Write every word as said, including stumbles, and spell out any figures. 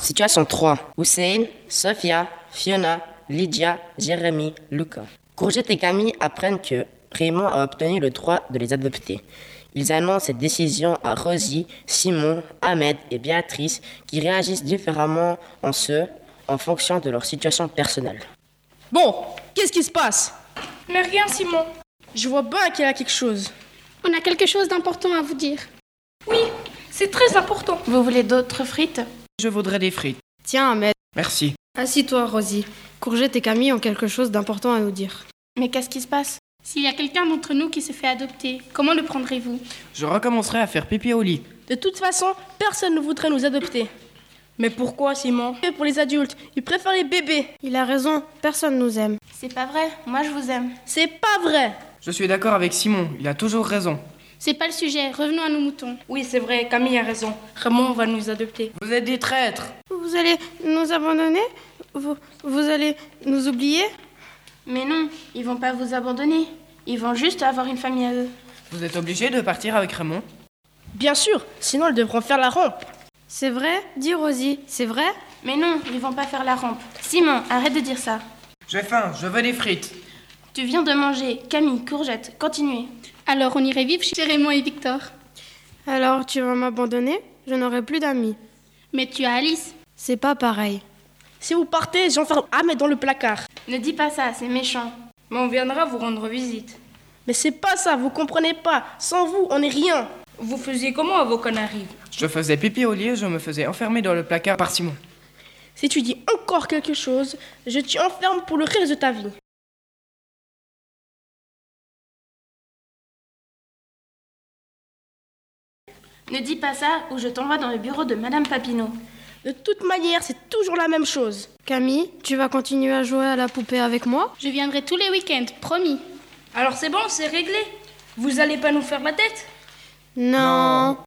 Situation trois. Hussein, Sophia, Fiona, Lydia, Jérémy, Lucas. Courgette et Camille apprennent que Raymond a obtenu le droit de les adopter. Ils annoncent cette décision à Rosie, Simon, Ahmed et Béatrice qui réagissent différemment en ce, en fonction de leur situation personnelle. Bon, qu'est-ce qui se passe? Mais rien, Simon. Je vois bien qu'il y a quelque chose. On a quelque chose d'important à vous dire. Oui, c'est très important. Vous voulez d'autres frites? Je voudrais des frites. Tiens, Ahmed. Merci. Assis-toi, Rosie. Courgette et Camille ont quelque chose d'important à nous dire. Mais qu'est-ce qui se passe? S'il y a quelqu'un d'entre nous qui se fait adopter, comment le prendrez-vous? Je recommencerai à faire pipi au lit. De toute façon, personne ne voudrait nous adopter. Mais pourquoi, Simon? Et pour les adultes, ils préfèrent les bébés. Il a raison, personne nous aime. C'est pas vrai, moi je vous aime. C'est pas vrai. Je suis d'accord avec Simon, il a toujours raison. C'est pas le sujet, revenons à nos moutons. Oui, c'est vrai, Camille a raison. Raymond va nous adopter. Vous êtes des traîtres. Vous allez nous abandonner? Vous, vous allez nous oublier? Mais non, ils vont pas vous abandonner. Ils vont juste avoir une famille à eux. Vous êtes obligés de partir avec Raymond? Bien sûr, sinon ils devront faire la rampe. C'est vrai? Dis Rosie, c'est vrai? Mais non, ils vont pas faire la rampe. Simon, arrête de dire ça. J'ai faim, je veux des frites. Tu viens de manger. Camille, Courgette, continuez. Alors on irait vivre chez Raymond et Victor. Alors tu vas m'abandonner? Je n'aurai plus d'amis. Mais tu as Alice. C'est pas pareil. Si vous partez, j'enferme Ahmed dans le placard. Ne dis pas ça, c'est méchant. Mais on viendra vous rendre visite. Mais c'est pas ça, vous comprenez pas. Sans vous, on n'est rien. Vous faisiez comment avant qu'on arrive? Je faisais pipi au lit et je me faisais enfermer dans le placard par Simon. Si tu dis encore quelque chose, je t'y enferme pour le reste de ta vie. Ne dis pas ça ou je t'envoie dans le bureau de Madame Papineau. De toute manière, c'est toujours la même chose. Camille, tu vas continuer à jouer à la poupée avec moi? Je viendrai tous les week-ends, promis. Alors c'est bon, c'est réglé. Vous allez pas nous faire la tête? Non.